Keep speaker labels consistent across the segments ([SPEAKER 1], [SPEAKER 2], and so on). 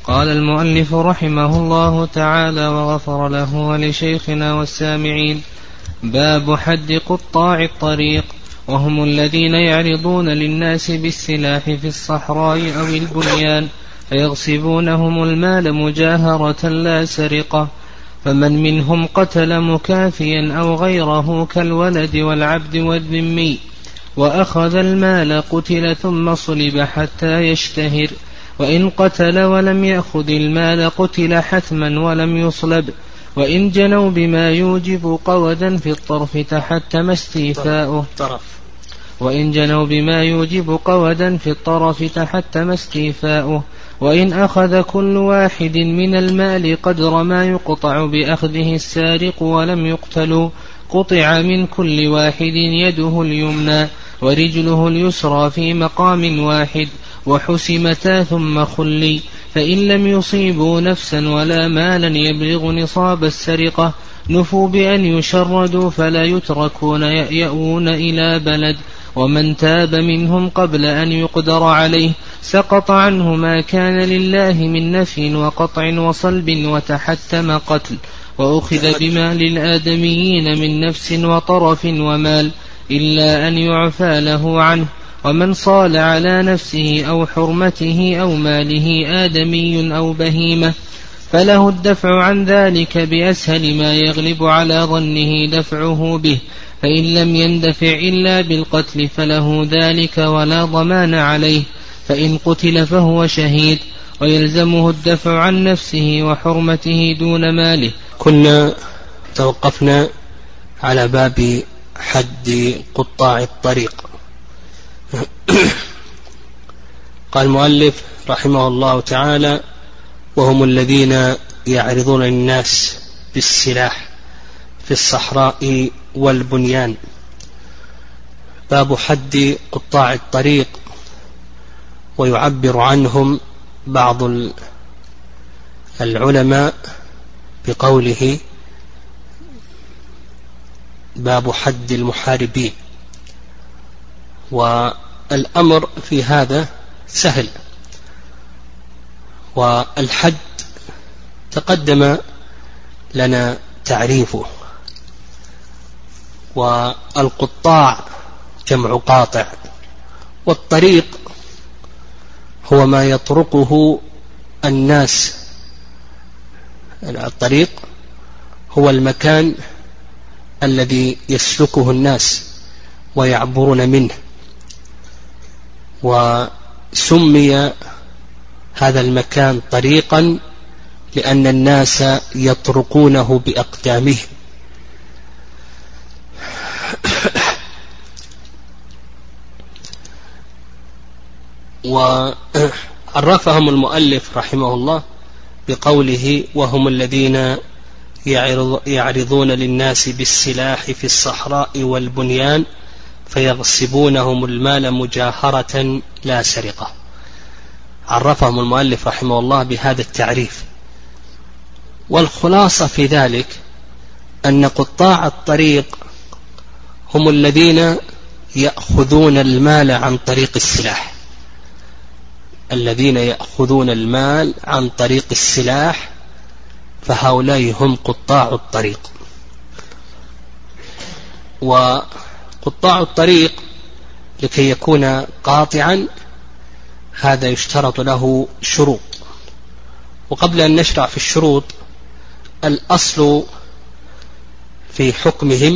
[SPEAKER 1] قال المؤلف رحمه الله تعالى وغفر له ولشيخنا والسامعين: باب حد قطاع الطريق، وهم الذين يعرضون للناس بالسلاح في الصحراء أو البنيان فيغصبونهم المال مجاهرة لا سرقة. فمن منهم قتل مكافيا أو غيره كالولد والعبد والذمي وأخذ المال قتل ثم صلب حتى يشتهر، وإن قتل ولم يأخذ المال قتل حتما ولم يصلب. وإن جنوا بما يوجب قودا في الطرف تحتم استيفاؤه وإن أخذ كل واحد من المال قدر ما يقطع بأخذه السارق ولم يقتلوا قطع من كل واحد يده اليمنى ورجله اليسرى في مقام واحد وحسمتا ثم خلي. فإن لم يصيبوا نفسا ولا مالا يبلغ نصاب السرقة نفوا بأن يشردوا فلا يتركون يأوون إلى بلد. ومن تاب منهم قبل أن يقدر عليه سقط عنه ما كان لله من نفي وقطع وصلب وتحتم قتل، وأخذ بمال الآدميين من نفس وطرف ومال إلا أن يعفى له عنه. ومن صال على نفسه أو حرمته أو ماله آدمي أو بهيمة فله الدفع عن ذلك بأسهل ما يغلب على ظنه دفعه به، فإن لم يندفع إلا بالقتل فله ذلك ولا ضمان عليه، فإن قتل فهو شهيد ويلزمه الدفع عن نفسه وحرمته دون ماله.
[SPEAKER 2] كنا توقفنا على باب حد قطاع الطريق. قال المؤلف رحمه الله تعالى: وهم الذين يعرضون الناس بالسلاح في الصحراء والبنيان. باب حد قطاع الطريق، ويعبر عنهم بعض العلماء بقوله: باب حد المحاربين. والأمر في هذا سهل، والحد تقدم لنا تعريفه، والقطاع جمع قاطع، والطريق هو ما يطرقه الناس. الطريق هو المكان الذي يسلكه الناس ويعبرون منه، وسمي هذا المكان طريقا لأن الناس يطرقونه بأقدامهم. وعرفهم المؤلف رحمه الله بقوله: وهم الذين يعرضون للناس بالسلاح في الصحراء والبنيان فيغصبونهم المال مجاهرة لا سرقة. عرفهم المؤلف رحمه الله بهذا التعريف، والخلاصة في ذلك أن قطاع الطريق هم الذين يأخذون المال عن طريق السلاح. الذين يأخذون المال عن طريق السلاح فهؤلاء هم قطاع الطريق. وقطاع الطريق لكي يكون قاطعا هذا يشترط له شروط. وقبل أن نشرع في الشروط، الأصل في حكمهم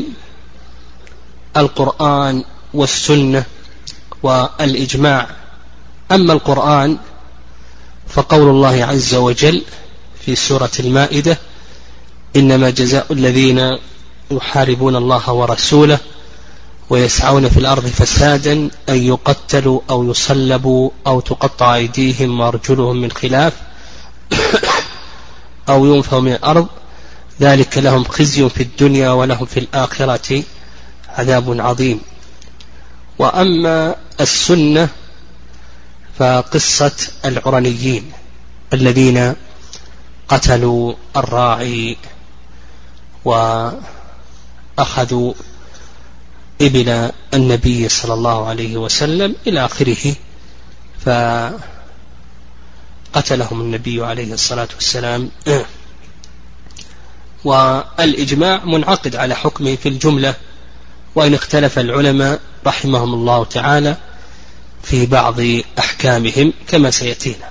[SPEAKER 2] القرآن والسنة والإجماع. أما القرآن فقول الله عز وجل في سورة المائدة: إنما جزاء الذين يحاربون الله ورسوله ويسعون في الأرض فسادا أن يقتلوا أو يصلبوا أو تقطع أيديهم وأرجلهم من خلاف أو ينفوا من الأرض ذلك لهم خزي في الدنيا ولهم في الآخرة عذاب عظيم. وأما السنة فقصة العرنيين الذين قتلوا الراعي وأخذوا إبل النبي صلى الله عليه وسلم إلى آخره. فقال قتلهم النبي عليه الصلاة والسلام. والإجماع منعقد على حكمه في الجملة، وإن اختلف العلماء رحمهم الله تعالى في بعض أحكامهم كما سيأتينا.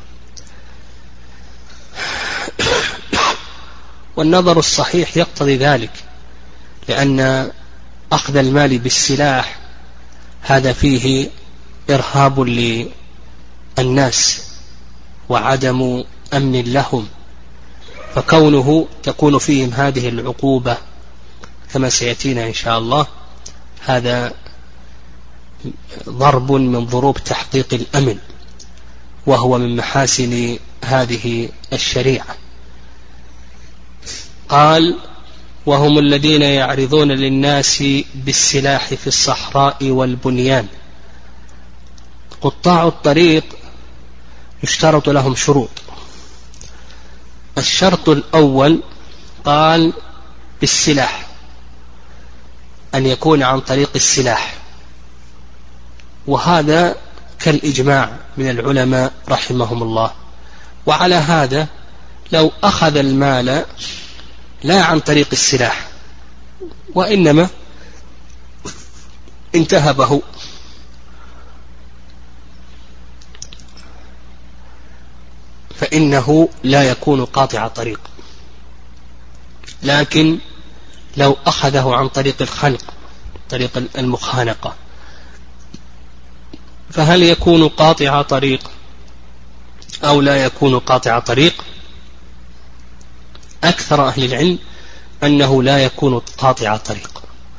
[SPEAKER 2] والنظر الصحيح يقتضي ذلك، لأن أخذ المال بالسلاح هذا فيه إرهاب للناس وعدم أمن لهم، فكونه تكون فيهم هذه العقوبة كما سيأتينا إن شاء الله هذا ضرب من ضروب تحقيق الأمن، وهو من محاسن هذه الشريعة. قال: وهم الذين يعرضون للناس بالسلاح في الصحراء والبنيان. قطاع الطريق يشترط لهم شروط. الشرط الأول قال بالسلاح، أن يكون عن طريق السلاح، وهذا كالإجماع من العلماء رحمهم الله. وعلى هذا لو أخذ المال لا عن طريق السلاح وإنما انتهبه فإنه لا يكون قاطع طريق، لكن لو أخذه عن طريق الخنق، طريق المخانقة، فهل يكون قاطع طريق أو لا يكون قاطع طريق؟ أكثر أهل العلم أنه لا يكون قاطع طريق.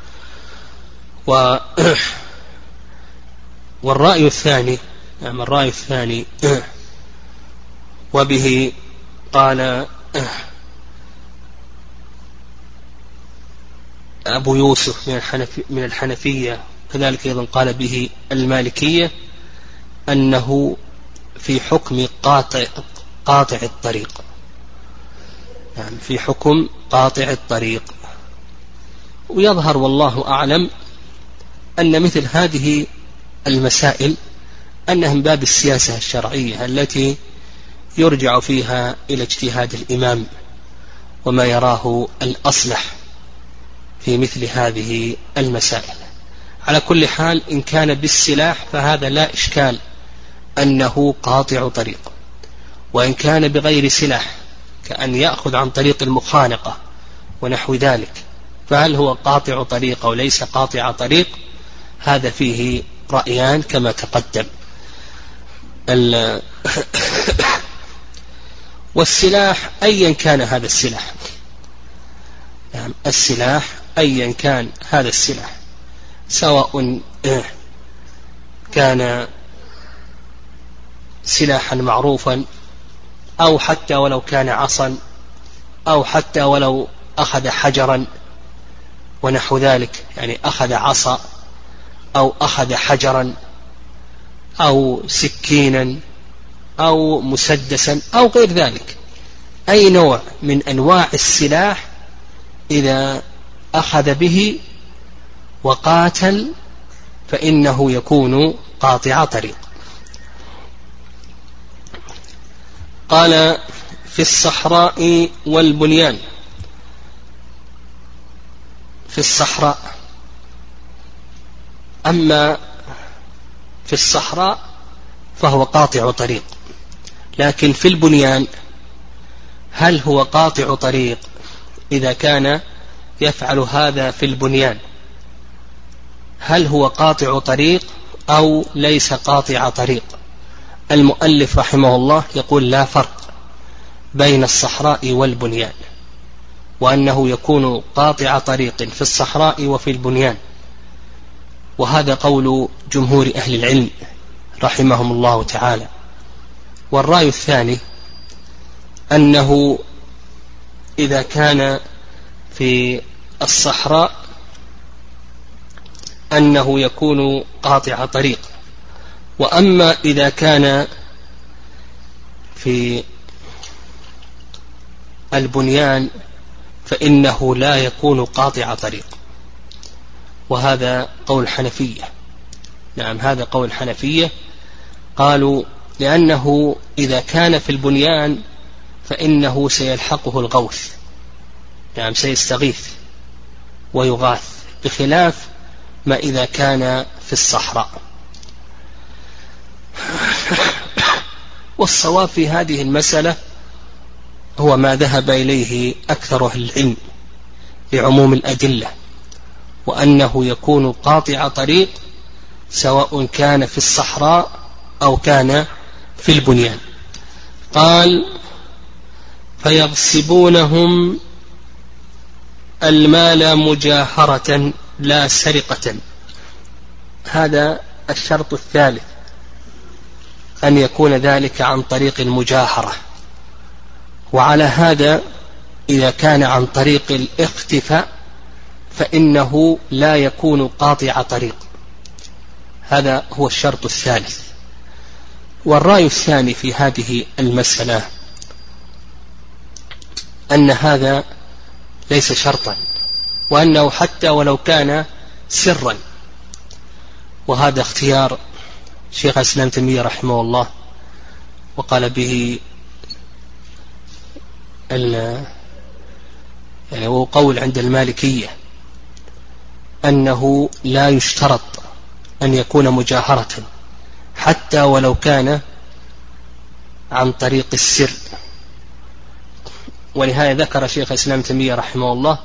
[SPEAKER 2] والرأي الثاني، الرأي الثاني وبه قال أبو يوسف من الحنفية، كذلك أيضا قال به المالكية، أنه في حكم قاطع الطريق، يعني في حكم قاطع الطريق. ويظهر والله أعلم أن مثل هذه المسائل أنها من باب السياسة الشرعية التي يرجع فيها إلى اجتهاد الإمام وما يراه الأصلح في مثل هذه المسائل. على كل حال إن كان بالسلاح فهذا لا إشكال أنه قاطع طريق، وإن كان بغير سلاح كأن يأخذ عن طريق المخانقة ونحو ذلك، فهل هو قاطع طريق أو ليس قاطع طريق؟ هذا فيه رأيان كما تقدم. والسلاح أيا كان هذا السلاح، يعني السلاح أيا كان هذا السلاح، سواء كان سلاحا معروفا أو حتى ولو كان عصا أو حتى ولو أخذ حجرا ونحو ذلك، يعني أخذ عصا أو أخذ حجرا أو سكينا أو مسدسا أو غير ذلك، أي نوع من أنواع السلاح إذا أخذ به وقاتل فإنه يكون قاطع طريق. قال: في الصحراء والبنيان. في الصحراء، أما في الصحراء فهو قاطع طريق، لكن في البنيان هل هو قاطع طريق إذا كان يفعل هذا في البنيان؟ هل هو قاطع طريق أو ليس قاطع طريق؟ المؤلف رحمه الله يقول لا فرق بين الصحراء والبنيان، وأنه يكون قاطع طريق في الصحراء وفي البنيان، وهذا قول جمهور أهل العلم رحمهم الله تعالى. والرأي الثاني أنه إذا كان في الصحراء أنه يكون قاطع طريق، وأما إذا كان في البنيان فإنه لا يكون قاطع طريق. وهذا قول الحنفية. نعم، هذا قول الحنفية، قالوا لأنه إذا كان في البنيان فإنه سيلحقه الغوث، يعني سيستغيث ويغاث، بخلاف ما إذا كان في الصحراء. والصواب في هذه المسألة هو ما ذهب إليه أكثر أهل العلم بعموم الأدلة، وأنه يكون قاطع طريق سواء كان في الصحراء أو كان في البنيان. قال: فيغصبونهم المال مجاهرة لا سرقة. هذا الشرط الثالث، أن يكون ذلك عن طريق المجاهرة. وعلى هذا إذا كان عن طريق الاختفاء فإنه لا يكون قاطع طريق. هذا هو الشرط الثالث. والرأي الثاني في هذه المسألة أن هذا ليس شرطا، وأنه حتى ولو كان سرا، وهذا اختيار شيخ الإسلام تيمية رحمه الله، وقال به وقول عند المالكية أنه لا يشترط أن يكون مجاهرة حتى ولو كان عن طريق السر. ولهذا ذكر شيخ الإسلام تيمية رحمه الله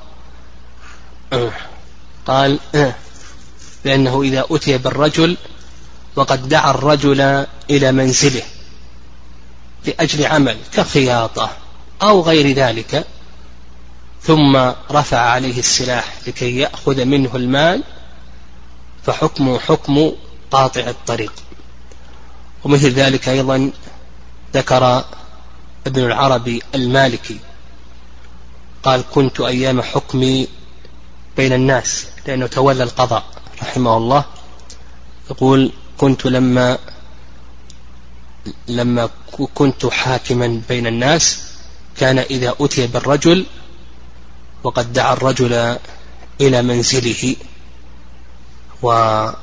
[SPEAKER 2] قال: لأنه إذا أتي بالرجل وقد دعا الرجل إلى منزله لأجل عمل كخياطة أو غير ذلك، ثم رفع عليه السلاح لكي يأخذ منه المال، فحكمه حكم قاطع الطريق. ومثل ذلك أيضا ذكر ابن العربي المالكي قال: كنت أيام حكمي بين الناس، لأنه تولى القضاء رحمه الله، يقول: كنت لما كنت حاكما بين الناس كان إذا أتي بالرجل وقد دعا الرجل إلى منزله وأمر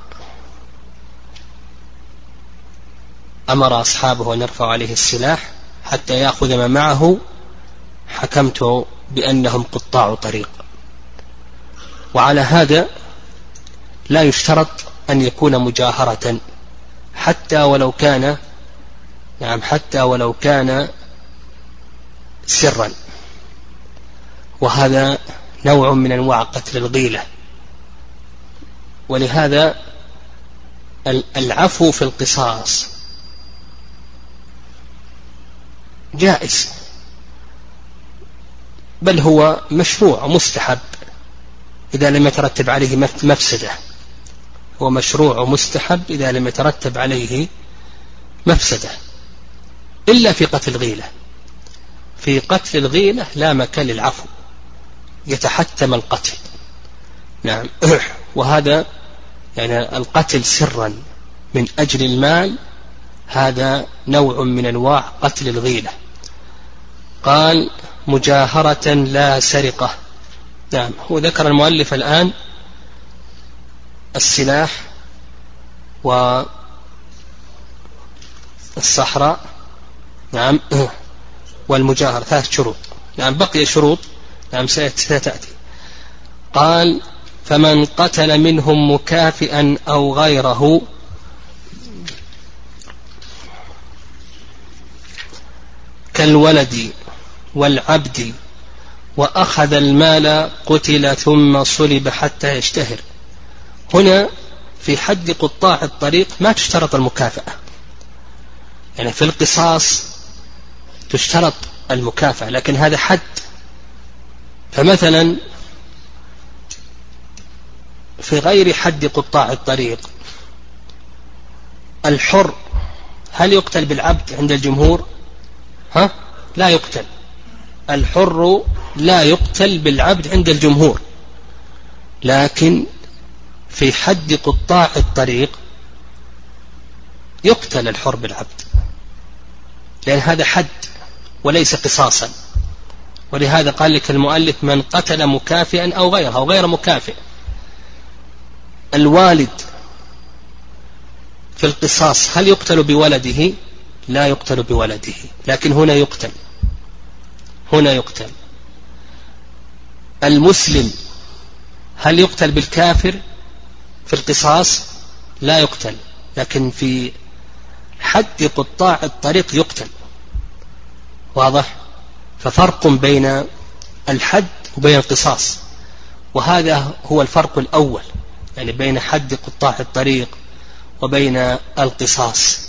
[SPEAKER 2] أصحابه أن يرفعوا عليه السلاح حتى يأخذ ما معه، حكمت بأنهم قطاع طريق. وعلى هذا لا يشترط أن يكون مجاهرة حتى ولو كان سرا، وهذا نوع من أنواع قتل الغيلة. ولهذا العفو في القصاص جائز، بل هو مشروع ومستحب إذا لم يترتب عليه مفسدة. هو مشروع ومستحب إذا لم يترتب عليه مفسدة، إلا في قتل الغيلة. في قتل الغيلة لا مكان للعفو، يتحتم القتل. نعم. وهذا يعني القتل سرا من أجل المال، هذا نوع من أنواع قتل الغيلة. قال: مجاهرة لا سرقة. نعم. هو ذكر المؤلف الآن السلاح والصحراء، نعم، والمجاهرة، 3 شروط. نعم. بقي شروط، نعم، ستأتي. قال: فمن قتل منهم مكافئا أو غيره كالولد والعبد وأخذ المال قتل ثم صلب حتى يشتهر. هنا في حد قطاع الطريق ما تشترط المكافأة، يعني في القصاص تشترط المكافأة، لكن هذا حد. فمثلا في غير حد قطاع الطريق الحر هل يقتل بالعبد عند الجمهور؟ لا يقتل. الحر لا يقتل بالعبد عند الجمهور، لكن في حد قطاع الطريق يقتل الحر بالعبد، لأن هذا حد وليس قصاصا. ولهذا قال لك المؤلف: من قتل مكافئا أو غيره أو غير مكافئ. الوالد في القصاص هل يقتل بولده؟ لا يقتل بولده، لكن هنا يقتل. المسلم هل يقتل بالكافر في القصاص؟ لا يقتل، لكن في حد قطاع الطريق يقتل. واضح؟ ففرق بين الحد وبين القصاص، وهذا هو الفرق الأول، يعني بين حد قطاع الطريق وبين القصاص.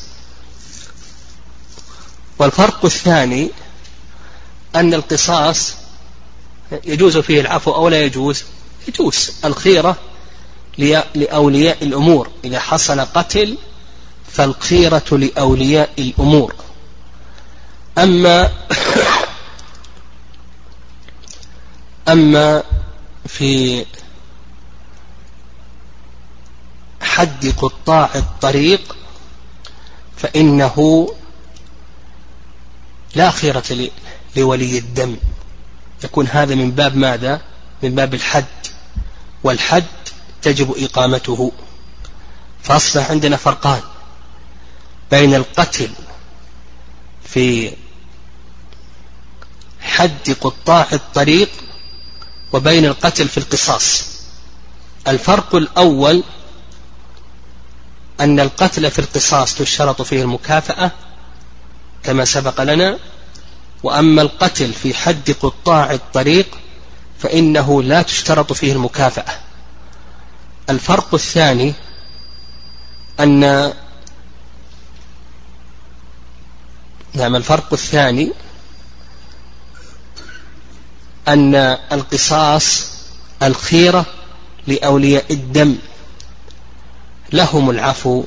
[SPEAKER 2] والفرق الثاني أن القصاص يجوز فيه العفو أو لا يجوز؟ يجوز الخيرة لأولياء الأمور، إذا حصل قتل فالخيرة لأولياء الأمور. أما في حد قطاع الطريق فإنه لا خيرة لولي الدم، يكون هذا من باب ماذا؟ من باب الحد، والحد تجب إقامته. فأصبح عندنا فرقان بين القتل في حد قطاع الطريق وبين القتل في القصاص. الفرق الأول أن القتل في القصاص تشترط فيه المكافأة كما سبق لنا، وأما القتل في حد قطاع الطريق فإنه لا تشترط فيه المكافأة. الفرق الثاني أن القصاص الخيرة لأولياء الدم، لهم العفو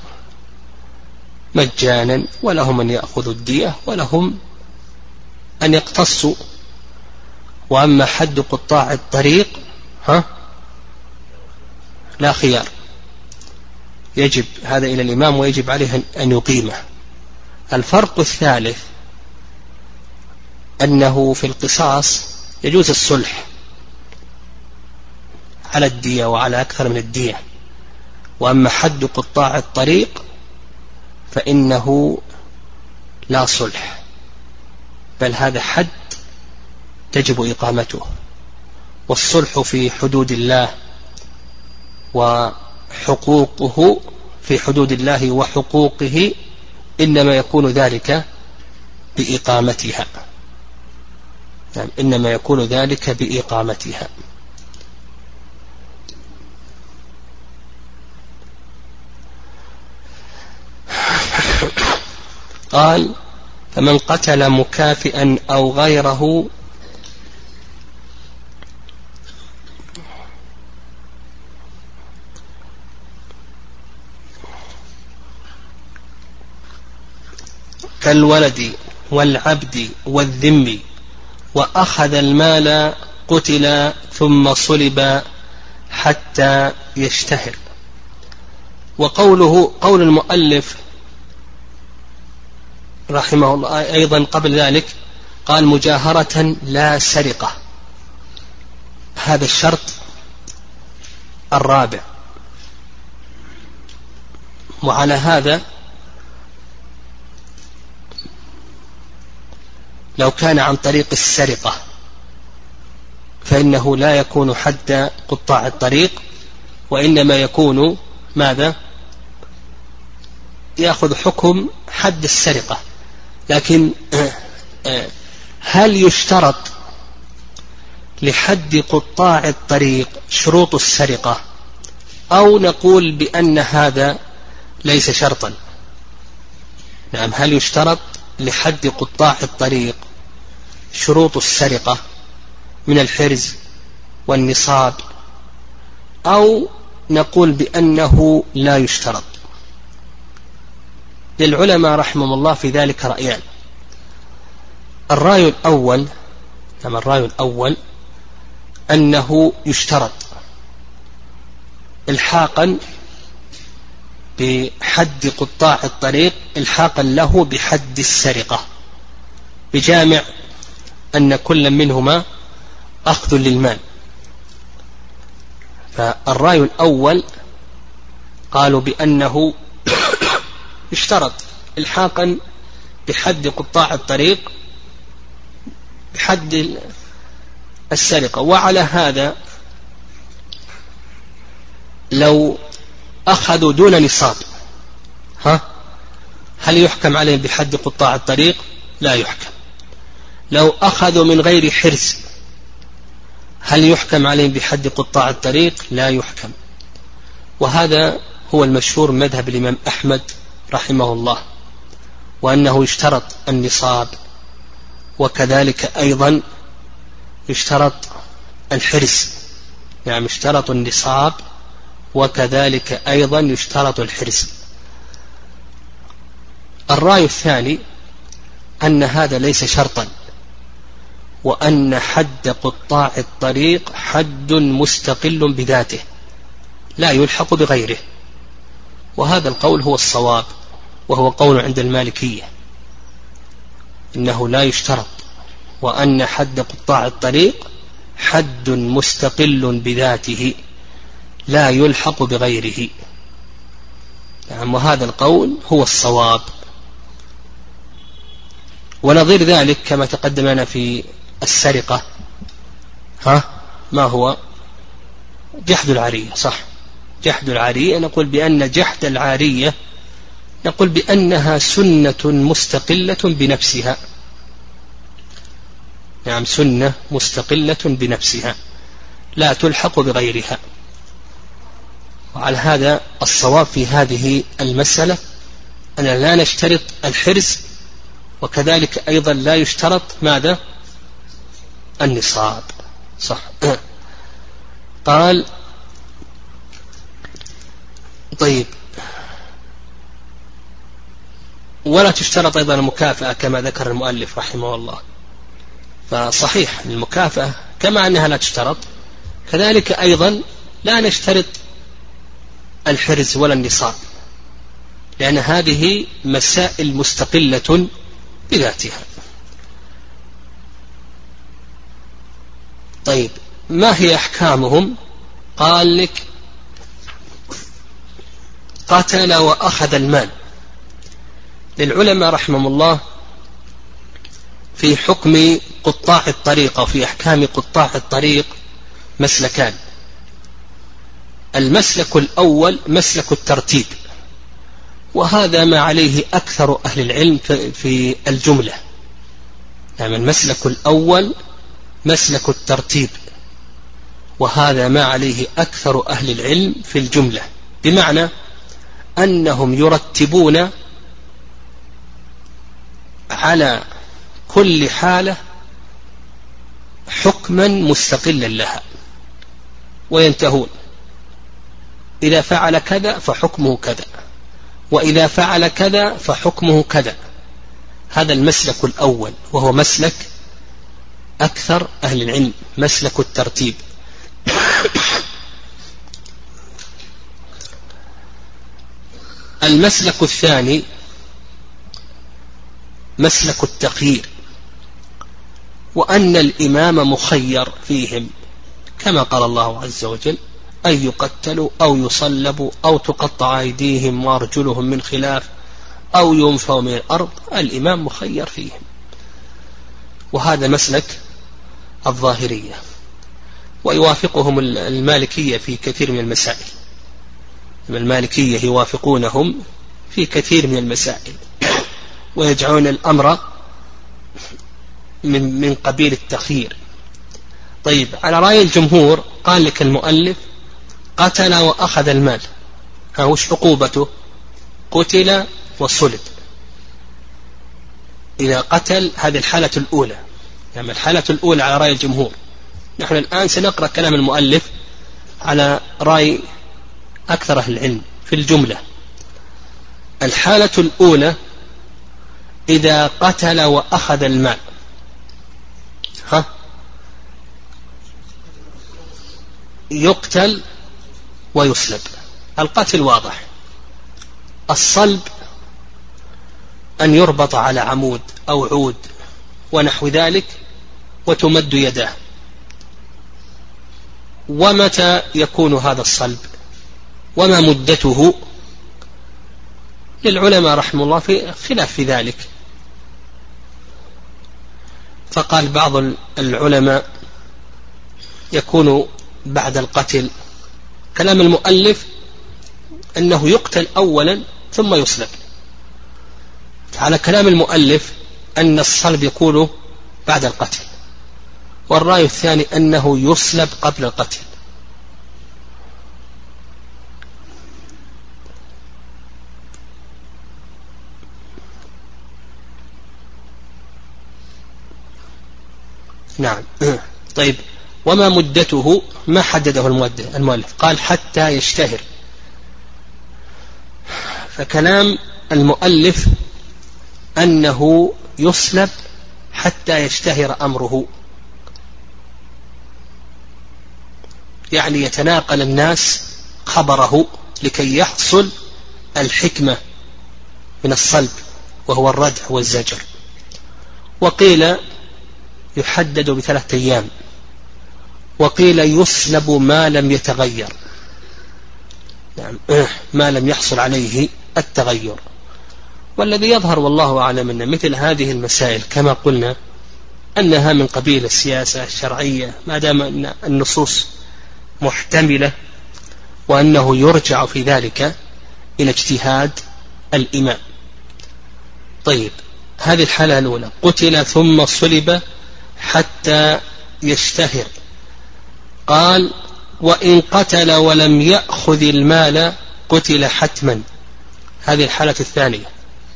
[SPEAKER 2] مجانا، ولهم أن يأخذوا الدية، ولهم أن يقتصوا. وأما حد قطاع الطريق لا خيار، يجب هذا إلى الإمام ويجب عليه أن يقيمه. الفرق الثالث أنه في القصاص يجوز الصلح على الدية وعلى أكثر من الدية، وأما حد قطاع الطريق فإنه لا صلح، بل هذا حد تجب إقامته. والصلح في حدود الله وحقوقه في حدود الله وحقوقه إنما يكون ذلك بإقامتها، إنما يكون ذلك بإقامتها. قال: فمن قتل مكافئا أو غيره كالولد والعبد والذم وأخذ المال قتل ثم صلب حتى يشتهر. وقوله قول المؤلف رحمه الله أيضا قبل ذلك قال: مجاهرة لا سرقة. هذا الشرط الرابع. وعلى هذا لو كان عن طريق السرقة فإنه لا يكون حد قطاع الطريق، وإنما يكون ماذا؟ يأخذ حكم حد السرقة. لكن هل يشترط لحد قطاع الطريق شروط السرقة، أو نقول بأن هذا ليس شرطا؟ نعم، هل يشترط لحد قطاع الطريق شروط السرقة من الحرز والنصاب، أو نقول بأنه لا يشترط؟ للعلماء رحمهم الله في ذلك رأيان. الرأي الأول أنه يشترط الحاقا بحد قطاع الطريق الحاقا له بحد السرقة، بجامع أن كل منهما أخذ للمال. فالرأي الأول قالوا بأنه اشترط الحاقا بحد قطاع الطريق بحد السرقة. وعلى هذا لو أخذوا دون نصاب هل يحكم عليهم بحد قطاع الطريق؟ لا يحكم. لو أخذوا من غير حرز هل يحكم عليهم بحد قطاع الطريق؟ لا يحكم. وهذا هو المشهور من مذهب الإمام أحمد رحمه الله، وأنه يشترط النصاب، وكذلك أيضا يشترط الحرز. يعني يشترط النصاب وكذلك أيضا يشترط الحرز. الرأي الثاني أن هذا ليس شرطا، وأن حد قطاع الطريق حد مستقل بذاته لا يلحق بغيره، وهذا القول هو الصواب، وهو قول عند المالكية إنه لا يشترط، وأن حد قطاع الطريق حد مستقل بذاته لا يلحق بغيره. نعم، وهذا القول هو الصواب. ونظير ذلك كما تقدم لنا في السرقة ما هو؟ جحد العارية. صح، جحد العارية. نقول بأن جحد العارية نقول بأنها سنة مستقلة بنفسها. نعم، سنة مستقلة بنفسها لا تلحق بغيرها. وعلى هذا الصواب في هذه المسألة أن لا نشترط الحرز، وكذلك أيضا لا يشترط ماذا؟ النصاب. صح. قال طيب، ولا تشترط أيضا المكافأة كما ذكر المؤلف رحمه الله. فصحيح المكافأة كما أنها لا تشترط، كذلك أيضا لا نشترط الحرز ولا النصاب، لأن هذه مسائل مستقلة بذاتها. طيب، ما هي أحكامهم؟ قال لك قتل وأخذ المال. للعلماء رحمهم الله في حكم قطاع الطريق وفي أحكام قطاع الطريق مسلكان. المسلك الأول مسلك الترتيب، وهذا ما عليه أكثر أهل العلم في الجملة. يعني المسلك الأول مسلك الترتيب، وهذا ما عليه أكثر أهل العلم في الجملة، بمعنى أنهم يرتبون على كل حالة حكما مستقلا لها، وينتهون إذا فعل كذا فحكمه كذا، وإذا فعل كذا فحكمه كذا. هذا المسلك الأول، وهو مسلك أكثر أهل العلم، مسلك الترتيب. المسلك الثاني مسلك التخيير، وأن الإمام مخير فيهم، كما قال الله عز وجل: أن يقتلوا أو يصلبوا أو تقطع أيديهم وأرجلهم من خلاف أو ينفوا من الأرض. الإمام مخير فيهم، وهذا مسلك الظاهرية، ويوافقهم المالكية في كثير من المسائل. المالكية يوافقونهم في كثير من المسائل، ويجعلون الأمر من قبيل التخيير. طيب، على رأي الجمهور قال لك المؤلف: قتل وأخذ المال، وش عقوبته؟ قتل وصلب. إذا قتل، هذه الحالة الأولى، يعني الحالة الأولى على رأي الجمهور. نحن الآن سنقرأ كلام المؤلف على رأي أكثر أهل العلم في الجملة. الحالة الأولى إذا قتل وأخذ المال، يقتل ويصلب. القتل واضح. الصلب أن يربط على عمود أو عود ونحو ذلك وتمد يداه. ومتى يكون هذا الصلب وما مدته؟ للعلماء رحمه الله في خلاف في ذلك. فقال بعض العلماء يكون بعد القتل. كلام المؤلف أنه يقتل أولا ثم يصلب. على كلام المؤلف أن الصلب يكون بعد القتل، والرأي الثاني أنه يصلب قبل القتل. نعم. طيب، وما مدته؟ ما حدده المؤلف، قال حتى يشتهر. فكلام المؤلف أنه يصلب حتى يشتهر أمره، يعني يتناقل الناس خبره لكي يحصل الحكمة من الصلب وهو الردع والزجر. وقيل يحدد ب3 أيام، وقيل يصلب ما لم يتغير، يعني ما لم يحصل عليه التغير. والذي يظهر والله أعلم أن مثل هذه المسائل كما قلنا أنها من قبيل السياسة الشرعية، ما دام أن النصوص محتملة، وأنه يرجع في ذلك إلى اجتهاد الإمام. طيب، هذه الحالة الأولى، قتل ثم صلب حتى يشتهر. قال وإن قتل ولم يأخذ المال قتل حتما. هذه الحالة الثانية،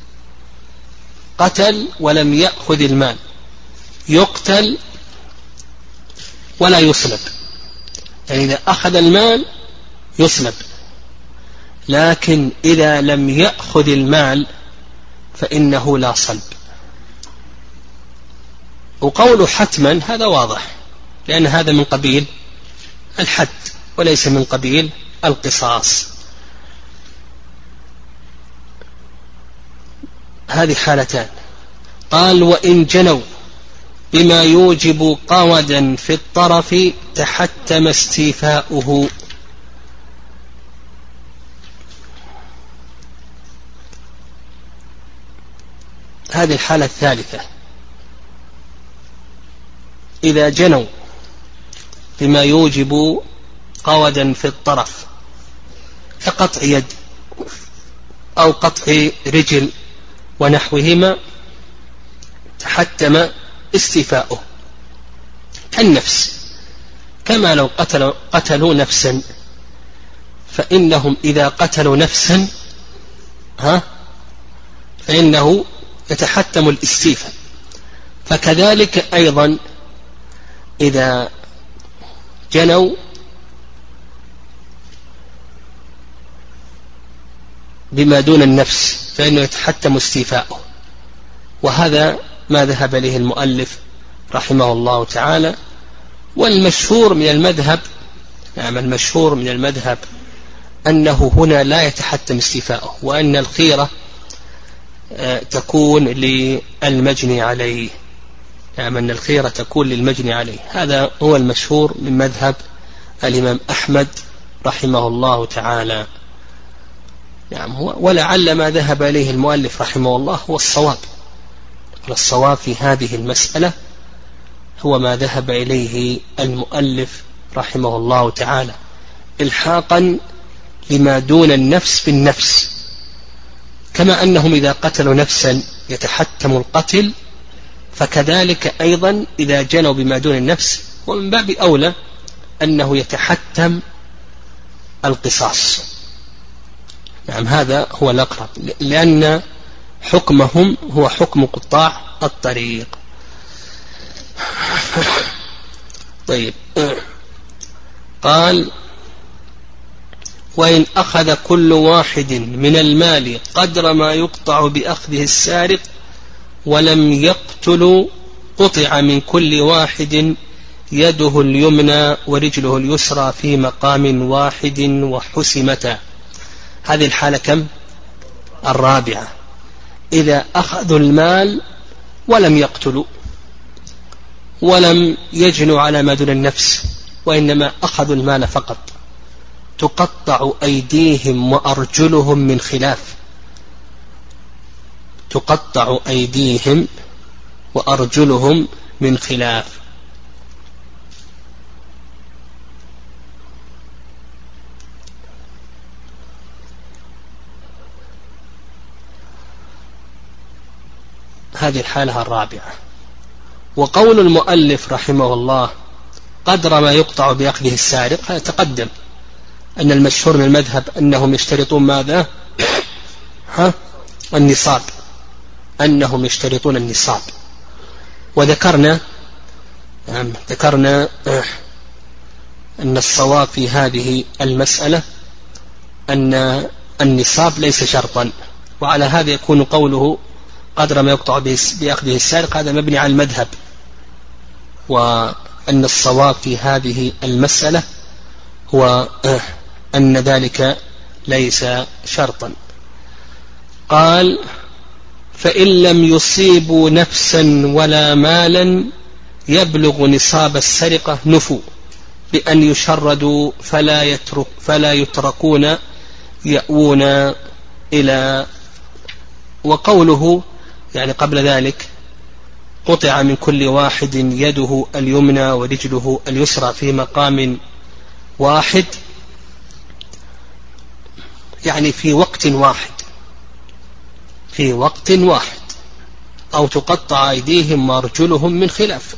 [SPEAKER 2] قتل ولم يأخذ المال، يقتل ولا يصلب. يعني إذا أخذ المال يصلب، لكن إذا لم يأخذ المال فإنه لا صلب. وقول حتما هذا واضح، لأن هذا من قبيل الحد وليس من قبيل القصاص. هذه حالتان. قال وإن جنوا بما يوجب قودا في الطرف تحتم استيفاؤه. هذه الحالة الثالثة، إذا جنوا بما يوجب قودا في الطرف كقطع يد أو قطع رجل ونحوهما تحتم استيفاؤه، كالنفس، كما لو قتلوا نفسا، فإنهم إذا قتلوا نفسا فإنه يتحتم الاستيفاء. فكذلك أيضا إذا جنوا بما دون النفس فإنه يتحتم استيفاؤه. وهذا ما ذهب إليه المؤلف رحمه الله تعالى. والمشهور من المذهب، نعم المشهور من المذهب أنه هنا لا يتحتم استيفاؤه، وأن الخيرة تكون للمجني عليه، نعم أن الخيرة تكون للمجني عليه. هذا هو المشهور من مذهب الإمام أحمد رحمه الله تعالى. نعم، ولعل ما ذهب إليه المؤلف رحمه الله هو الصواب. الصواب في هذه المسألة هو ما ذهب إليه المؤلف رحمه الله تعالى، إلحاقا لما دون النفس بالنفس، كما أنهم إذا قتلوا نفسا يتحتم القتل، فكذلك أيضا إذا جنوا بما دون النفس، ومن باب أولى أنه يتحتم القصاص. نعم، هذا هو الأقرب، لأن حكمهم هو حكم قطاع الطريق. طيب، قال وإن أخذ كل واحد من المال قدر ما يقطع بأخذه السارق ولم يقتل قطع من كل واحد يده اليمنى ورجله اليسرى في مقام واحد وحسمتا. هذه الحالة كم؟ الرابعة. إذا أخذوا المال ولم يقتلوا ولم يجنوا على ما دون النفس، وإنما أخذوا المال فقط، تقطع أيديهم وأرجلهم من خلاف، تقطع أيديهم وأرجلهم من خلاف. هذه الحالة الرابعة. وقول المؤلف رحمه الله قدر ما يقطع بأخذه السارق، هذا تقدم أن المشهور من المذهب أنهم يشترطون ماذا؟ النصاب، أنهم يشترطون النصاب. وذكرنا أن الصواب في هذه المسألة أن النصاب ليس شرطا، وعلى هذا يكون قوله قدر ما يقطع بأخذه السارق هذا مبني على المذهب، وأن الصواب في هذه المسألة هو أن ذلك ليس شرطا. قال فإن لم يصيبوا نفسا ولا مالا يبلغ نصاب السرقة نفوا بأن يشردوا فلا يتركون يأوون إلى. وقوله يعني قبل ذلك قطع من كل واحد يده اليمنى ورجله اليسرى في مقام واحد، يعني في وقت واحد، أو تقطع أيديهم وأرجلهم من خلاف.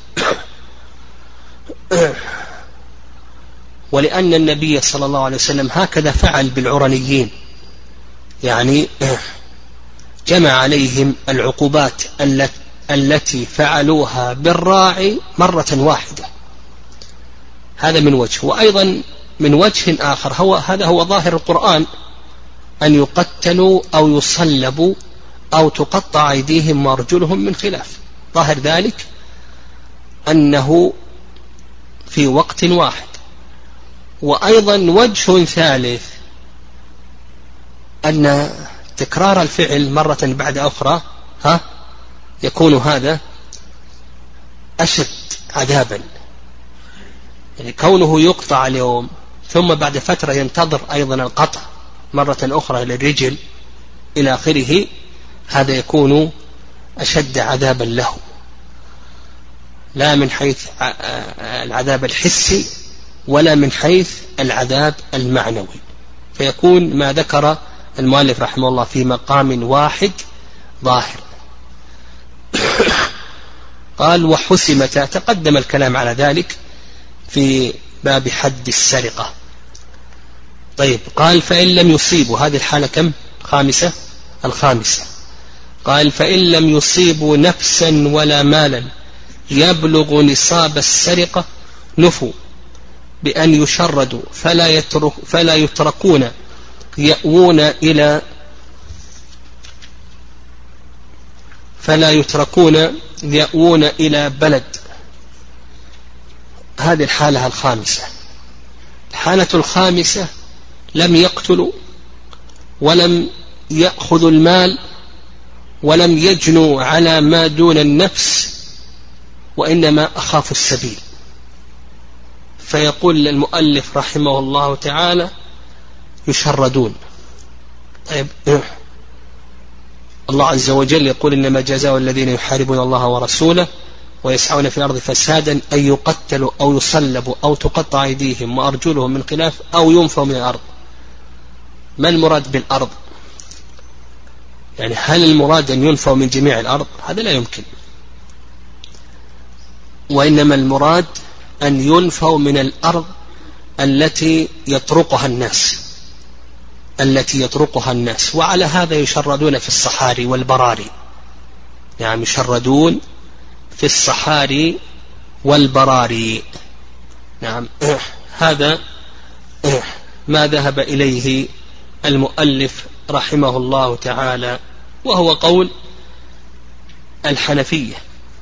[SPEAKER 2] ولأن النبي صلى الله عليه وسلم هكذا فعل بالعرنيين، يعني جمع عليهم العقوبات التي فعلوها بالراعي مرة واحدة. هذا من وجه. وأيضا من وجه آخر هذا هو ظاهر القرآن، أن يقتلوا أو يصلبوا أو تقطع أيديهم وأرجلهم من خلاف. ظاهر ذلك أنه في وقت واحد. وأيضا وجه ثالث أن تكرار الفعل مرة بعد أخرى يكون هذا أشد عذابا، يعني كونه يقطع اليوم ثم بعد فترة ينتظر أيضا القطع مرة أخرى للرجل إلى آخره، هذا يكون أشد عذابا له، لا من حيث العذاب الحسي ولا من حيث العذاب المعنوي. فيكون ما ذكر المؤلف رحمه الله في مقام واحد ظاهر. قال وحسمت، تقدم الكلام على ذلك في باب حد السرقة. طيب قال فإن لم يصيبوا، هذه الحالة كم؟ الخامسة. قال فإن لم يصيبوا نفسا ولا مالا يبلغ نصاب السرقة نفوا بأن يشردوا فلا يتركون يأوون إلى بلد. هذه الحالة الخامسة. الحالة الخامسة لم يقتلوا ولم يأخذوا المال ولم يجنوا على ما دون النفس، وإنما أخافوا السبيل. فيقول المؤلف رحمه الله تعالى يشردون. طيب الله عز وجل يقول إنما جزاء الذين يحاربون الله ورسوله ويسعون في الأرض فسادا أن يقتلوا أو يصلبوا أو تقطع أيديهم وأرجلهم من خلاف أو ينفوا من الأرض. ما المراد بالأرض؟ يعني هل المراد أن ينفوا من جميع الأرض؟ هذا لا يمكن، وإنما المراد أن ينفوا من الأرض التي يطرقها الناس. وعلى هذا يشردون في الصحاري والبراري، يعني يشردون في الصحاري والبراري. نعم، هذا ما ذهب إليه المؤلف رحمه الله تعالى، وهو قول الحنفية.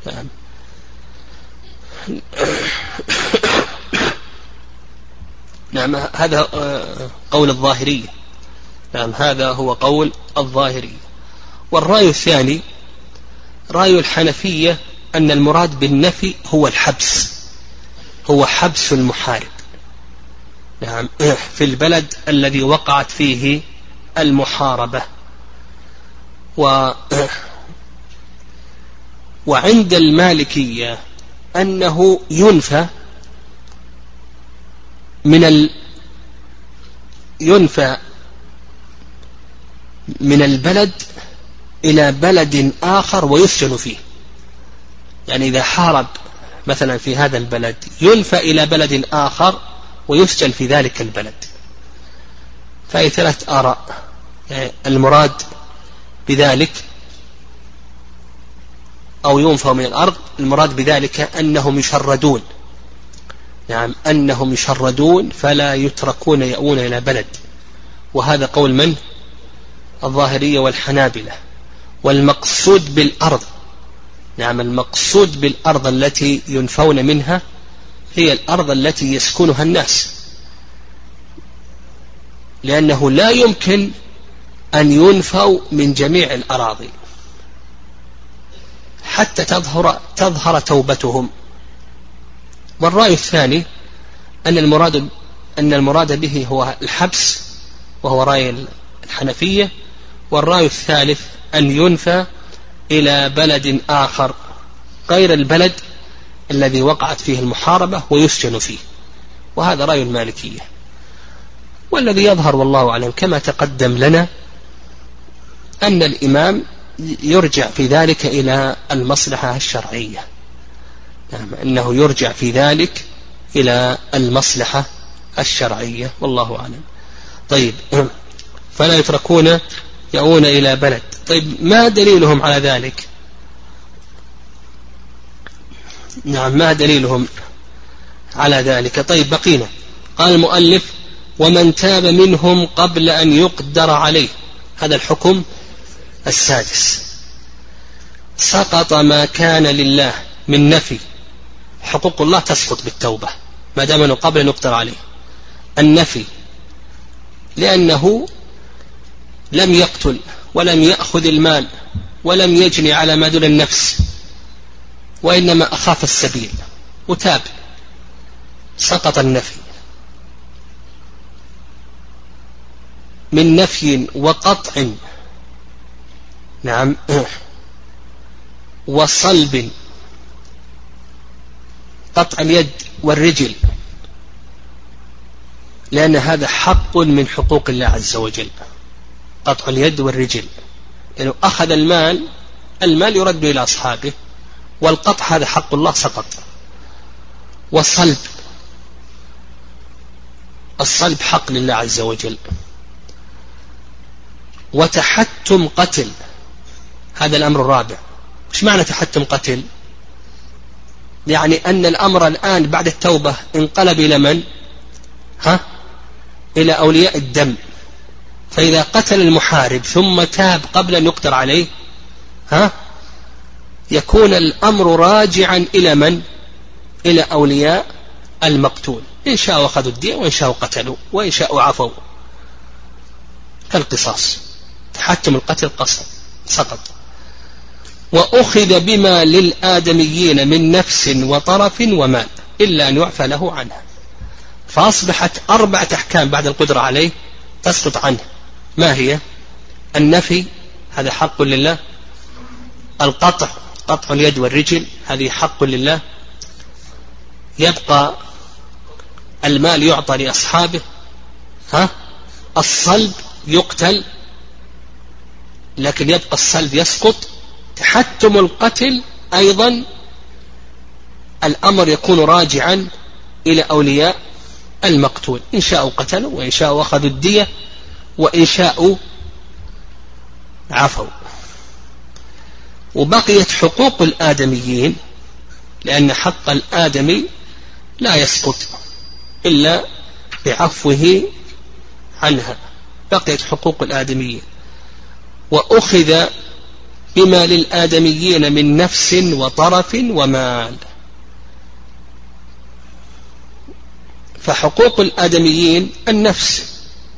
[SPEAKER 2] نعم، هذا قول الظاهرية. نعم، هذا هو قول الظاهرية. والرأي الثاني رأي الحنفية أن المراد بالنفي هو الحبس، هو حبس المحارب، نعم، في البلد الذي وقعت فيه المحاربة. وعند المالكية أنه ينفى من البلد إلى بلد آخر ويسجن فيه. يعني إذا حارب مثلا في هذا البلد ينفى إلى بلد آخر ويسجن في ذلك البلد. فهي 3 آراء. يعني المراد بذلك أو ينفوا من الأرض، المراد بذلك أنهم يشردون، نعم أنهم يشردون فلا يتركون يأوون إلى بلد. وهذا قول من؟ الظاهرية والحنابلة. والمقصود بالأرض، نعم المقصود بالأرض التي ينفون منها هي الأرض التي يسكنها الناس، لأنه لا يمكن أن ينفوا من جميع الأراضي حتى تظهر توبتهم. والرأي الثاني أن المراد به هو الحبس، وهو رأي الحنفية. والرأي الثالث أن ينفى إلى بلد آخر غير البلد الذي وقعت فيه المحاربة ويسجن فيه، وهذا رأي المالكية. والذي يظهر والله أعلم كما تقدم لنا أن الإمام يرجع في ذلك إلى المصلحة الشرعية، نعم أنه يرجع في ذلك إلى المصلحة الشرعية والله أعلم. طيب، فلا يتركون يأوون إلى بلد. طيب، ما دليلهم على ذلك؟ نعم، ما دليلهم على ذلك؟ طيب، بقينا. قال المؤلف: ومن تاب منهم قبل أن يقدر عليه. هذا الحكم السادس. سقط ما كان لله من نفي. حقوق الله تسقط بالتوبة ما دام أنه قبل أن يقدر عليه. النفي لأنه لم يقتل ولم يأخذ المال ولم يجني على ما دون النفس، وإنما أخاف السبيل وتاب، سقط النفي. من نفي وقطع، نعم، وصلب، قطع اليد والرجل، لأن هذا حق من حقوق الله عز وجل. قطع اليد والرجل، لأنه أخذ المال يرد إلى أصحابه، والقطع هذا حق الله سقط. والصلب، الصلب حق لله عز وجل. وتحتم قتل، هذا الأمر الرابع. إيش معنى تحتم قتل؟ يعني أن الأمر الآن بعد التوبة انقلب إلى من؟ إلى أولياء الدم. فإذا قتل المحارب ثم تاب قبل أن يقدر عليه، يكون الأمر راجعا إلى من؟ إلى أولياء المقتول. إن شاءوا أخذوا الدية، وإن شاءوا قتلوا، وإن شاءوا عفوا، كالقصاص. تحتم القتل قصد سقط. وأخذ بما للآدميين من نفس وطرف ومال إلا أن يعفى له عنها. فأصبحت 4 أحكام بعد القدرة عليه تسقط عنه. ما هي؟ النفي، هذا حق لله. القطع، قطع اليد والرجل، هذه حق لله. يبقى المال يعطى لأصحابه. الصلب يقتل لكن يبقى الصلب يسقط. تحتم القتل أيضا الأمر يكون راجعا إلى أولياء المقتول، إن شاءوا قتلوا، وإن شاءوا أخذوا الدية، وإن شاءوا عفوا. وبقيت حقوق الآدميين، لأن حق الآدمي لا يسقط إلا بعفوه عنها. بقيت حقوق الآدميين. وأخذ بما للآدميين من نفس وطرف ومال. فحقوق الآدميين النفس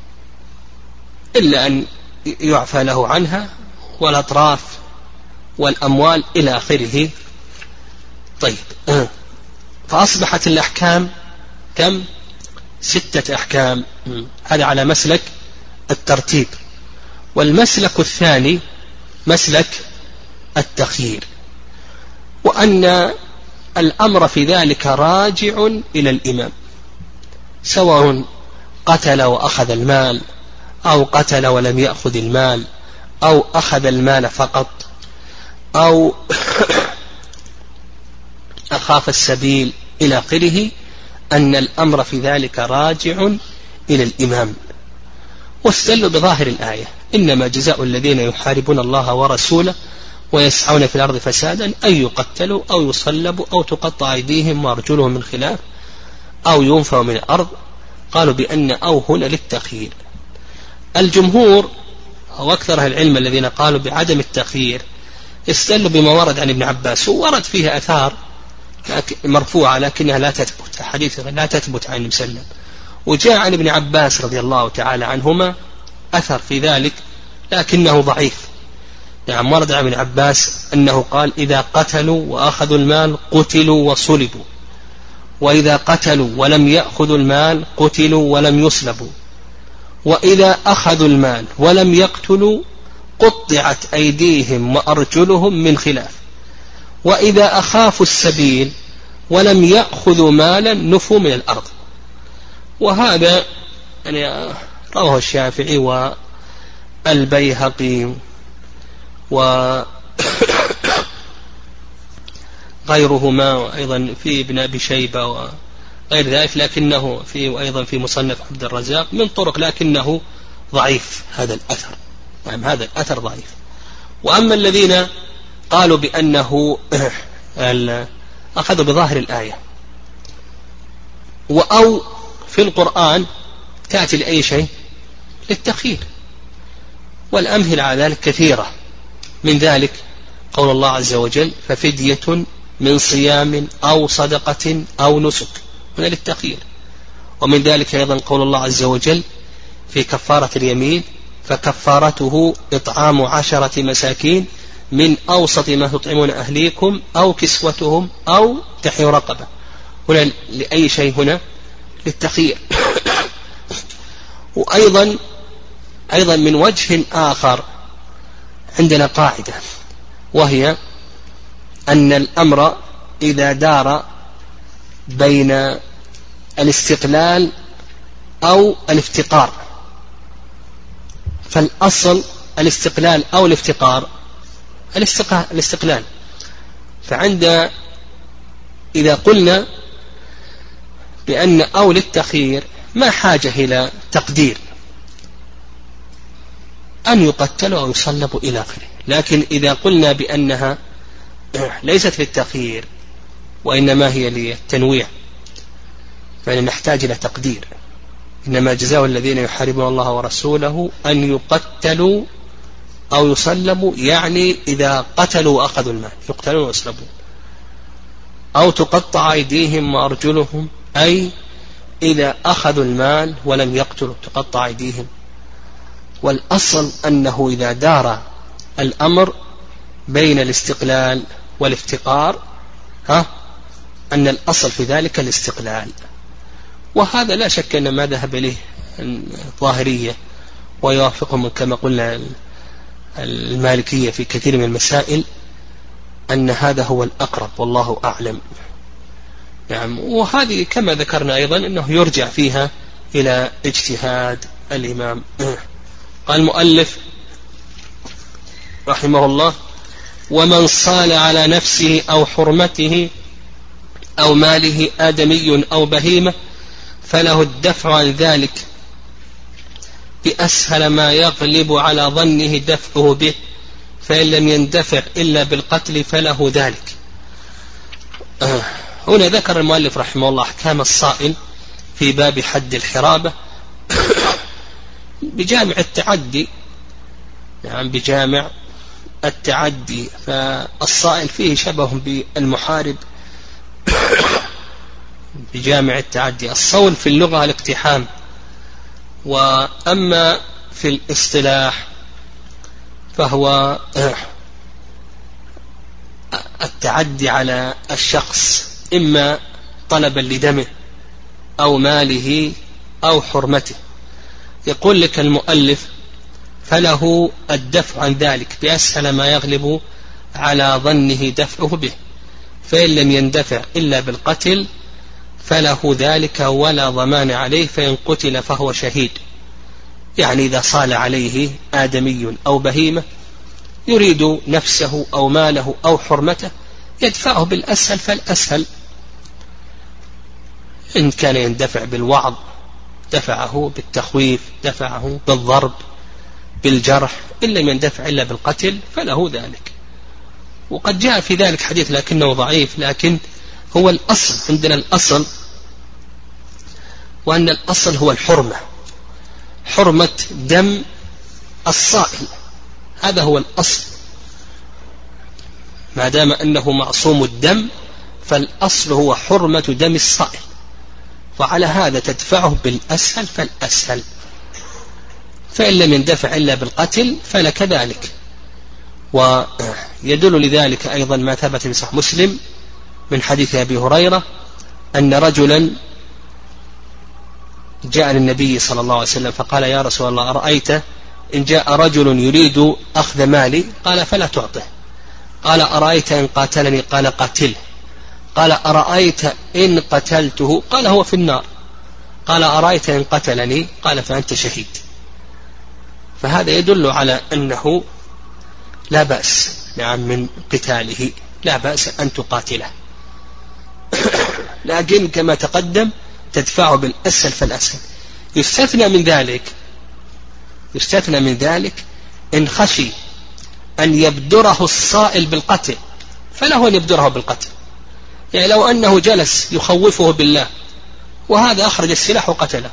[SPEAKER 2] إلا أن يعفى له عنها، والأطراف والأموال إلى آخره. طيب، فأصبحت الأحكام كم؟ 6 أحكام. هذا على مسلك الترتيب. والمسلك الثاني مسلك التخيير، وأن الأمر في ذلك راجع إلى الإمام، سواء قتل وأخذ المال، أو قتل ولم يأخذ المال، أو أخذ المال فقط، أو أخاف السبيل إلى آخره، أن الأمر في ذلك راجع إلى الإمام. واستدلوا بظاهر الآية: إنما جزاء الذين يحاربون الله ورسوله ويسعون في الأرض فسادا أن يقتلوا أو يصلبوا أو تقطع أيديهم وأرجلهم من خلاف أو ينفوا من الأرض. قالوا بأن أو هنا للتخيير. الجمهور أو أكثر العلم الذين قالوا بعدم التخيير استدلوا بما ورد عن ابن عباس، وورد فيها أثار مرفوعة لكنها لا تثبت، حديث لا تثبت عن النبي صلى الله عليه وسلم. وجاء عن ابن عباس رضي الله تعالى عنهما أثر في ذلك لكنه ضعيف. نعم، ورد عن ابن عباس أنه قال: إذا قتلوا وأخذوا المال قتلوا وصلبوا، وإذا قتلوا ولم يأخذوا المال قتلوا ولم يصلبوا، وإذا أخذوا المال ولم يقتلوا قطعت أيديهم وأرجلهم من خلاف، وإذا أخافوا السبيل ولم يأخذوا مالا نفوا من الأرض. وهذا يعني رواه الشافعي والبيهقي وغيرهما، وأيضا في ابن أبي شيبة وغير ذلك، لكنه أيضا في مصنف عبد الرزاق من طرق، لكنه ضعيف هذا الأثر. نعم، هذا الأثر ضعيف. وأما الذين قالوا بأنه أخذوا بظاهر الآية، وأو في القرآن تأتي لأي شيء للتخيير، والأمثلة على ذلك كثيرة. من ذلك قول الله عز وجل: ففدية من صيام أو صدقة أو نسك، هنا للتخيير. ومن ذلك أيضا قول الله عز وجل في كفارة اليمين: فكفارته إطعام 10 مساكين من أوسط ما تطعمون أهليكم أو كسوتهم أو تحرير رقبة. هنا لأي شيء هنا للتخيير. وأيضا من وجه آخر عندنا قاعدة، وهي أن الأمر إذا دار بين الاستقلال أو الافتقار، فالأصل الاستقلال أو الافتقار، الاستقلال. إذا قلنا بأن أو للتخيير ما حاجة إلى تقدير أن يقتلوا أو يصلبوا إلى آخره. لكن إذا قلنا بأنها ليست للتخيير وإنما هي للتنويع فإن نحتاج إلى تقدير: إنما جزاء الذين يحاربون الله ورسوله أن يقتلوا أو يصلبوا، يعني إذا قتلوا وأخذوا المال يقتلون ويصلبون، أو تقطع أيديهم وأرجلهم، أي إذا أخذوا المال ولم يقتلوا تقطع أيديهم. والأصل أنه إذا دار الأمر بين الاستقلال والافتقار أن الأصل في ذلك الاستقلال. وهذا لا شك أن ما ذهب إليه الظاهرية ويوافقهم كما قلنا المالكية في كثير من المسائل أن هذا هو الأقرب، والله أعلم. يعني وهذه كما ذكرنا أيضا أنه يرجع فيها إلى اجتهاد الإمام. قال المؤلف رحمه الله: ومن صال على نفسه أو حرمته أو ماله آدمي أو بهيمة فله الدفع عن ذلك بأسهل ما يغلب على ظنه دفعه به، فإن لم يندفع إلا بالقتل فله ذلك. هنا ذكر المؤلف رحمه الله أحكام الصائل في باب حد الحرابة بجامع التعدي. نعم، بجامع التعدي، فالصائل فيه شبه بالمحارب بجامع التعدي. الصول في اللغة الاقتحام، وأما في الاصطلاح فهو التعدي على الشخص إما طلبا لدمه أو ماله أو حرمته. يقول لك المؤلف: فله الدفع عن ذلك بأسهل ما يغلب على ظنه دفعه به، فإن لم يندفع إلا بالقتل فله ذلك ولا ضمان عليه، فإن قتل فهو شهيد. يعني إذا صال عليه آدمي أو بهيمة يريد نفسه أو ماله أو حرمته يدفعه بالأسهل فالأسهل، إن كان يندفع بالوعظ دفعه، بالتخويف دفعه، بالضرب، بالجرح. إن لم يندفع إلا بالقتل فله ذلك. وقد جاء في ذلك حديث لكنه ضعيف، لكن هو الأصل عندنا، الأصل وأن الأصل هو الحرمة، حرمة دم الصائل، هذا هو الأصل. ما دام أنه معصوم الدم فالأصل هو حرمة دم الصائل، وعلى هذا تدفعه بالأسهل فالأسهل. فإن لم يندفع إلا بالقتل فلك ذلك. ويدل لذلك أيضا ما ثبت في صحيح مسلم من حديث أبي هريرة أن رجلا جاء للنبي صلى الله عليه وسلم فقال: يا رسول الله، أرأيت إن جاء رجل يريد أخذ مالي؟ قال: فلا تعطه. قال: أرأيت إن قاتلني؟ قال: قاتله. قال: أرأيت إن قتلته؟ قال: هو في النار. قال: أرأيت إن قتلني؟ قال: فأنت شهيد. فهذا يدل على أنه لا بأس من قتاله، لا بأس أن تقاتله، لكن كما تقدم تدفعه بالأسهل فالأسهل. يستثنى من ذلك إن خشي أن يبدره الصائل بالقتل فله أن يبدره بالقتل. يعني لو أنه جلس يخوفه بالله وهذا أخرج السلاح وقتله،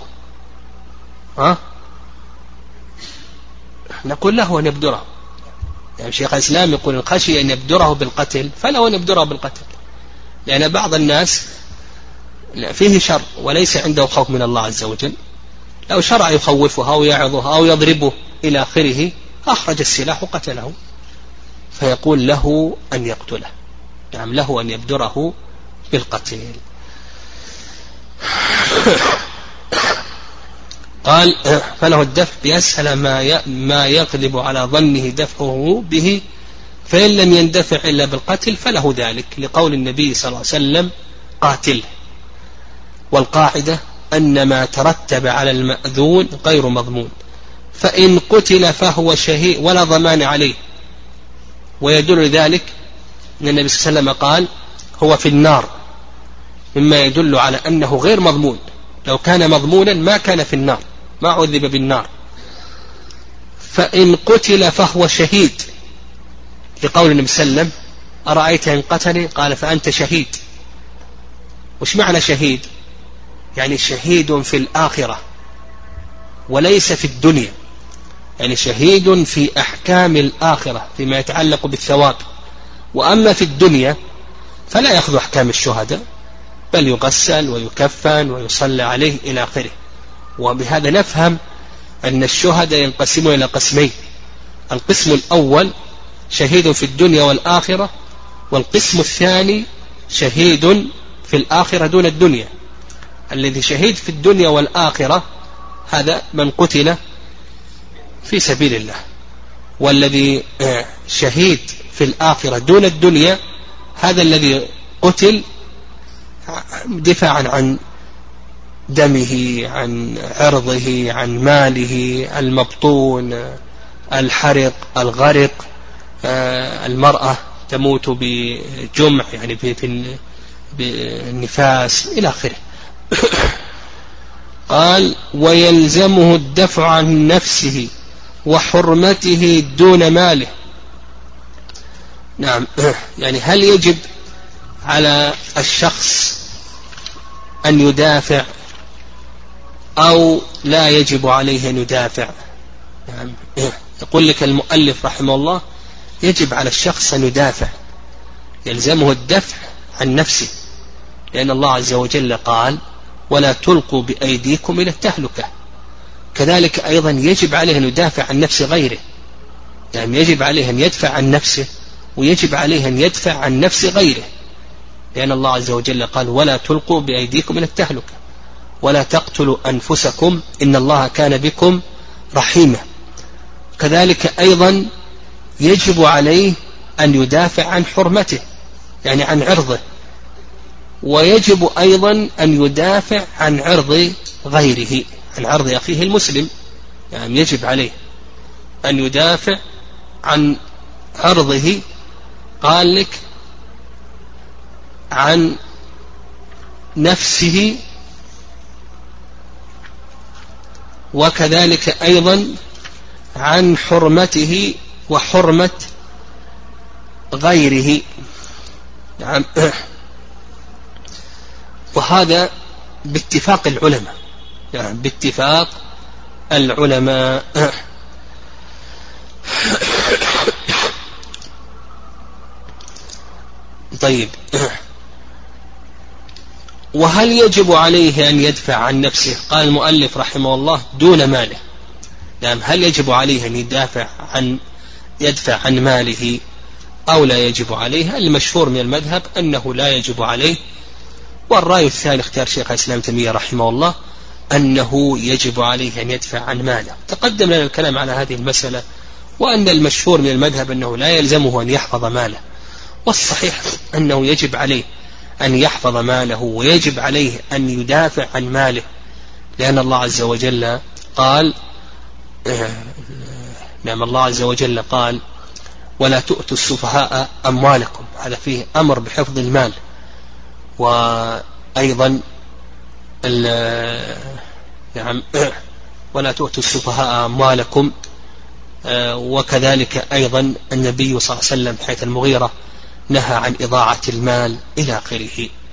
[SPEAKER 2] نقول له أن يبدره. يعني شيخ الإسلام يقول إن خشي أن يبدره بالقتل فله أن يبدره بالقتل، لأن بعض الناس فيه شر وليس عنده خوف من الله عز وجل، لو شرع يخوفه أو يعظه أو يضربه إلى آخره أخرج السلاح وقتله، فيقول له أن يقتله، يعني له أن يبدره بالقتل. قال: فله الدفع بأسهل ما يغلب على ظنه دفعه به، فإن لم يندفع إلا بالقتل فله ذلك، لقول النبي صلى الله عليه وسلم: قاتله. والقاعدة أن ما ترتب على المأذون غير مضمون، فإن قتل فهو شهيد ولا ضمان عليه. ويدل ذلك أن النبي صلى الله عليه وسلم قال: هو في النار، مما يدل على أنه غير مضمون. لو كان مضمونا ما كان في النار، ما عذب بالنار. فإن قتل فهو شهيد، لقول النبي صلى الله عليه وسلم: أرأيت إن قتلني؟ قال: فأنت شهيد. وش معنى شهيد؟ يعني شهيد في الآخرة وليس في الدنيا، يعني شهيد في أحكام الآخرة فيما يتعلق بالثواب. وأما في الدنيا فلا يأخذ أحكام الشهداء، بل يغسل ويكفن ويصلى عليه إلى آخره. وبهذا نفهم أن الشهداء ينقسمون إلى قسمين: القسم الأول شهيد في الدنيا والآخرة، والقسم الثاني شهيد في الآخرة دون الدنيا. الذي شهيد في الدنيا والآخرة هذا من قتل في سبيل الله، والذي شهيد في الآخرة دون الدنيا هذا الذي قتل دفاعا عن دمه، عن عرضه، عن ماله، المبطون، الحرق، الغرق، المرأة تموت بجمع يعني بالنفاس إلى آخره. قال: ويلزمه الدفع عن نفسه وحرمته دون ماله. نعم، يعني هل يجب على الشخص أن يدافع أو لا يجب عليه أن يدافع؟ يعني يقول لك المؤلف رحمه الله: يجب على الشخص أن يدافع، يلزمه الدفع عن نفسه، لأن الله عز وجل قال: ولا تلقوا بأيديكم إلى التهلكة. كذلك أيضا يجب عليه أن يدافع عن نفس غيره، يعني يجب عليه أن يدفع عن نفسه ويجب عليه أن يدفع عن نفس غيره، لأن الله عز وجل قال: ولا تلقوا بأيديكم إلى التهلكة ولا تقتلوا أنفسكم إن الله كان بكم رحيما. كذلك أيضا يجب عليه أن يدافع عن حرمته، يعني عن عرضه، ويجب أيضا أن يدافع عن عرض غيره، عن عرض أخيه المسلم، يعني يجب عليه أن يدافع عن عرضه. قال لك عن نفسه، وكذلك أيضا عن حرمته وحرمة غيره. وهذا باتفاق العلماء، يعني باتفاق العلماء. طيب، وهل يجب عليه أن يدفع عن نفسه؟ قال المؤلف رحمه الله دون ماله. يعني هل يجب عليه أن يدفع عن ماله أو لا يجب عليه؟ المشهور من المذهب أنه لا يجب عليه، والرأي الثاني اختيار شيخ الإسلام تيمية رحمه الله أنه يجب عليه أن يدفع عن ماله. تقدم لنا الكلام على هذه المسألة، وأن المشهور من المذهب أنه لا يلزمه أن يحفظ ماله، والصحيح أنه يجب عليه أن يحفظ ماله، ويجب عليه أن يدافع عن ماله، لأن الله عز وجل قال الله عز وجل قال ولا تؤتوا السفهاء أموالكم، هذا فيه أمر بحفظ المال. وأيضا ولا تؤتوا السفهاء أموالكم، وكذلك أيضا النبي صلى الله عليه وسلم حيث المغيرة نهى عن إضاعة المال إلى آخره.